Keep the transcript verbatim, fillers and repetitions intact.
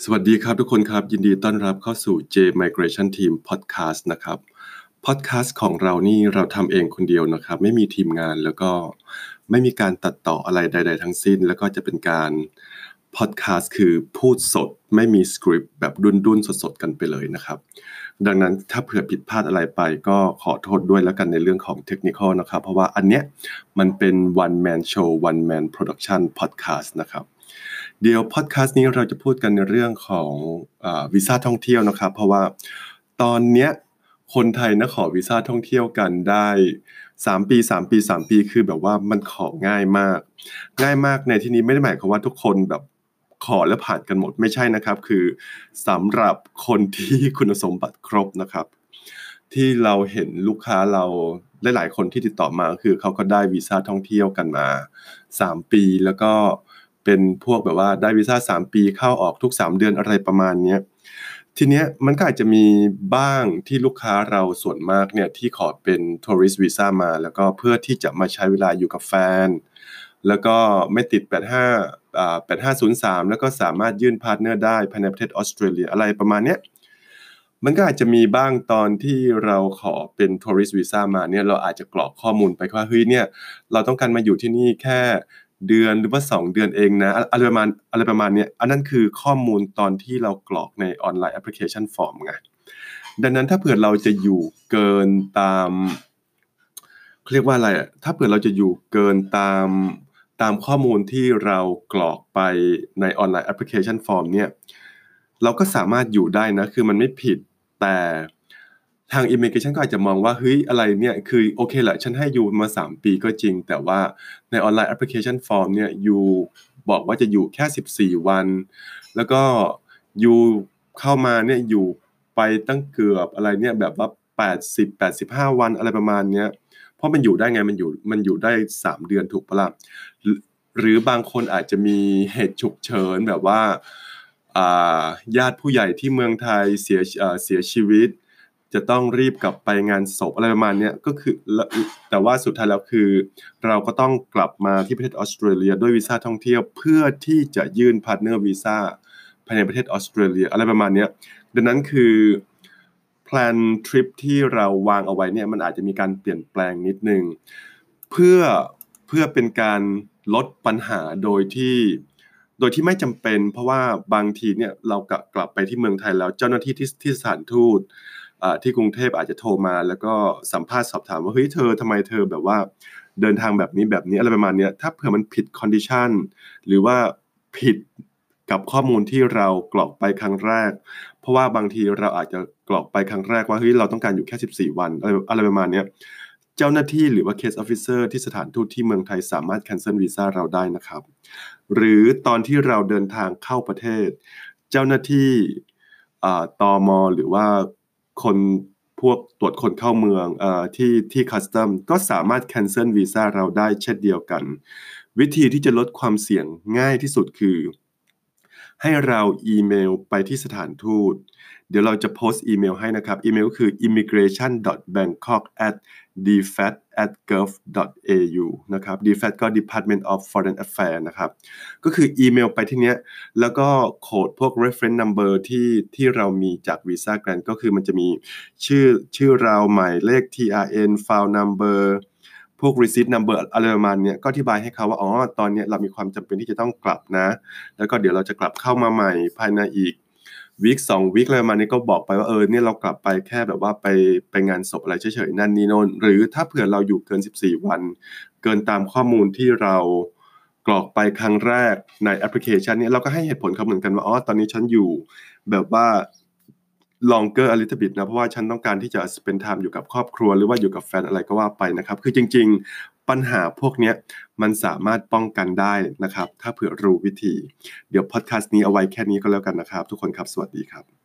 สวัสดีครับทุกคนครับยินดีต้อนรับเข้าสู่ J Migration Team Podcast นะครับ Podcast ของเรานี่เราทำเองคนเดียวนะครับไม่มีทีมงานแล้วก็ไม่มีการตัดต่ออะไรใดๆทั้งสิ้นแล้วก็จะเป็นการ Podcast คือพูดสดไม่มีสคริปต์แบบดุนๆสดๆกันไปเลยนะครับดังนั้นถ้าเผื่อผิดพลาดอะไรไปก็ขอโทษด้วยแล้วกันในเรื่องของเทคนิคนะครับเพราะว่าอันเนี้ยมันเป็น one man show one man production podcast นะครับเดี๋ยวพอดแคสต์นี้เราจะพูดกันในเรื่องของอ่าวีซ่าท่องเที่ยวนะครับเพราะว่าตอนเนี้ยคนไทยนะขอวีซ่าท่องเที่ยวกันได้สามปีสามปีสามปีคือแบบว่ามันของ่ายมากง่ายมากในที่นี้ไม่ได้หมายความว่าทุกคนแบบขอแล้วผ่านกันหมดไม่ใช่นะครับคือสำหรับคนที่คุณสมบัติครบนะครับที่เราเห็นลูกค้าเราหลายๆคนที่ติดต่อมาคือเขาก็ได้วีซ่าท่องเที่ยวกันมาสามปีแล้วก็เป็นพวกแบบว่าได้วีซ่าสามปีเข้าออกทุกสามเดือนอะไรประมาณเนี้ยทีเนี้ยมันก็อาจจะมีบ้างที่ลูกค้าเราส่วนมากเนี่ยที่ขอเป็น tourist visa มาแล้วก็เพื่อที่จะมาใช้เวลาอยู่กับแฟนแล้วก็ไม่ติดแปดห้าอ่าแปดห้าศูนย์สามแล้วก็สามารถยื่นพาร์ทเนอร์ได้ภายในประเทศออสเตรเลียอะไรประมาณเนี้ยมันก็อาจจะมีบ้างตอนที่เราขอเป็น tourist visa มาเนี่ยเราอาจจะกรอกข้อมูลไปว่าเฮ้ยเนี่ยเราต้องการมาอยู่ที่นี่แค่เดือนหรือว่าสองเดือนเองนะอะไรประมาณอะไรประมาณเนี้ยอันนั้นคือข้อมูลตอนที่เรากรอกในออนไลน์แอปพลิเคชันฟอร์มไงดังนั้นถ้าเผื่อเราจะอยู่เกินตามเขาเรียกว่าอะไรอ่ะถ้าเผื่อเราจะอยู่เกินตามตามข้อมูลที่เรากรอกไปในออนไลน์แอปพลิเคชันฟอร์มเนี่ยเราก็สามารถอยู่ได้นะคือมันไม่ผิดแต่ทาง Immigration ก็อาจจะมองว่าเฮ้ยอะไรเนี่ยคือโอเคแหละฉันให้อยู่มาสามปีก็จริงแต่ว่าในออนไลน์แอปพลิเคชันฟอร์มเนี่ยอยู่บอกว่าจะอยู่แค่สิบสี่วันแล้วก็อยู่เข้ามาเนี่ยอยู่ไปตั้งเกือบอะไรเนี่ยแบบว่าแปดสิบ แปดสิบห้าวันอะไรประมาณเนี้ยเพราะมันอยู่ได้ไงมันอยู่มันอยู่ได้สามเดือนถูกปะล่ะหรือบางคนอาจจะมีเหตุฉุกเฉินแบบว่าอ่าญาติผู้ใหญ่ที่เมืองไทยเสียเอ่อเสียชีวิตจะต้องรีบกลับไปงานศพอะไรประมาณเนี้ยก็คือแต่ว่าสุดท้ายแล้วคือเราก็ต้องกลับมาที่ประเทศออสเตรเลียด้วยวีซ่าท่องเที่ยวเพื่อที่จะยื่นพาร์ทเนอร์วีซ่าภายในประเทศออสเตรเลียอะไรประมาณเนี้ยดังนั้นคือแพลนทริปที่เราวางเอาไว้เนี่ยมันอาจจะมีการเปลี่ยนแปลงนิดนึงเพื่อเพื่อเป็นการลดปัญหาโดยที่โดยที่ไม่จำเป็นเพราะว่าบางทีเนี่ยเรากลับกลับไปที่เมืองไทยแล้วเจ้าหน้าที่ที่ที่สถานทูตที่กรุงเทพอาจจะโทรมาแล้วก็สัมภาษณ์สอบถามว่าเฮ้ยเธอทำไมเธอแบบว่าเดินทางแบบนี้แบบนี้อะไรประมาณนี้ถ้าเผื่อมันผิดคอนดิชันหรือว่าผิดกับข้อมูลที่เรากรอกไปครั้งแรกเพราะว่าบางทีเราอาจจะกรอกไปครั้งแรกว่าเฮ้ยเราต้องการอยู่แค่สิบสี่วันอะไรอะไรประมาณนี้เจ้าหน้าที่หรือว่า Case Officer ที่สถานทูตที่เมืองไทยสามารถ cancel วีซ่าเราได้นะครับหรือตอนที่เราเดินทางเข้าประเทศเจ้าหน้าที่ตม.หรือว่าคนพวกตรวจคนเข้าเมืองเอ่อที่ที่คัสตอมก็สามารถ cancel วีซ่าเราได้เช่นเดียวกันวิธีที่จะลดความเสี่ยงง่ายที่สุดคือให้เราอีเมลไปที่สถานทูตเดี๋ยวเราจะโพสต์อีเมลให้นะครับอีเมลคือ immigration dot bangkok at d f a t at gov dot a u นะครับ d f a t ก็ Department of Foreign Affairs นะครับก็คืออีเมลไปที่เนี้ยแล้วก็โค้ดพวก reference number ที่ที่เรามีจาก Visa Grant ก็คือมันจะมีชื่อชื่อเราหมายเลข ที อาร์ เอ็น file number พวก receipt number อะไรประมาณเนี้ยก็อธิบายให้เขาว่าอ๋อตอนนี้เรามีความจำเป็นที่จะต้องกลับนะแล้วก็เดี๋ยวเราจะกลับเข้ามาใหม่ภายในอีกวีคสองวีคอะไรประมาณนี้ก็บอกไปว่าเออเนี่ยเรากลับไปแค่แบบว่าไปไปงานศพอะไรเฉยๆนั่นนี่โน่นหรือถ้าเผื่อเราอยู่เกินสิบสี่วันเกินตามข้อมูลที่เรากรอกไปครั้งแรกในแอปพลิเคชันนี้เราก็ให้เหตุผลเขาเหมือนกันว่าอ๋อตอนนี้ฉันอยู่แบบว่า longer a little bit นะเพราะว่าฉันต้องการที่จะ spend time อยู่กับครอบครัวหรือว่าอยู่กับแฟนอะไรก็ว่าไปนะครับคือจริงๆปัญหาพวกนี้มันสามารถป้องกันได้นะครับถ้าเผื่อรู้วิธีเดี๋ยวพอดคาสต์นี้เอาไว้แค่นี้ก็แล้วกันนะครับทุกคนครับสวัสดีครับ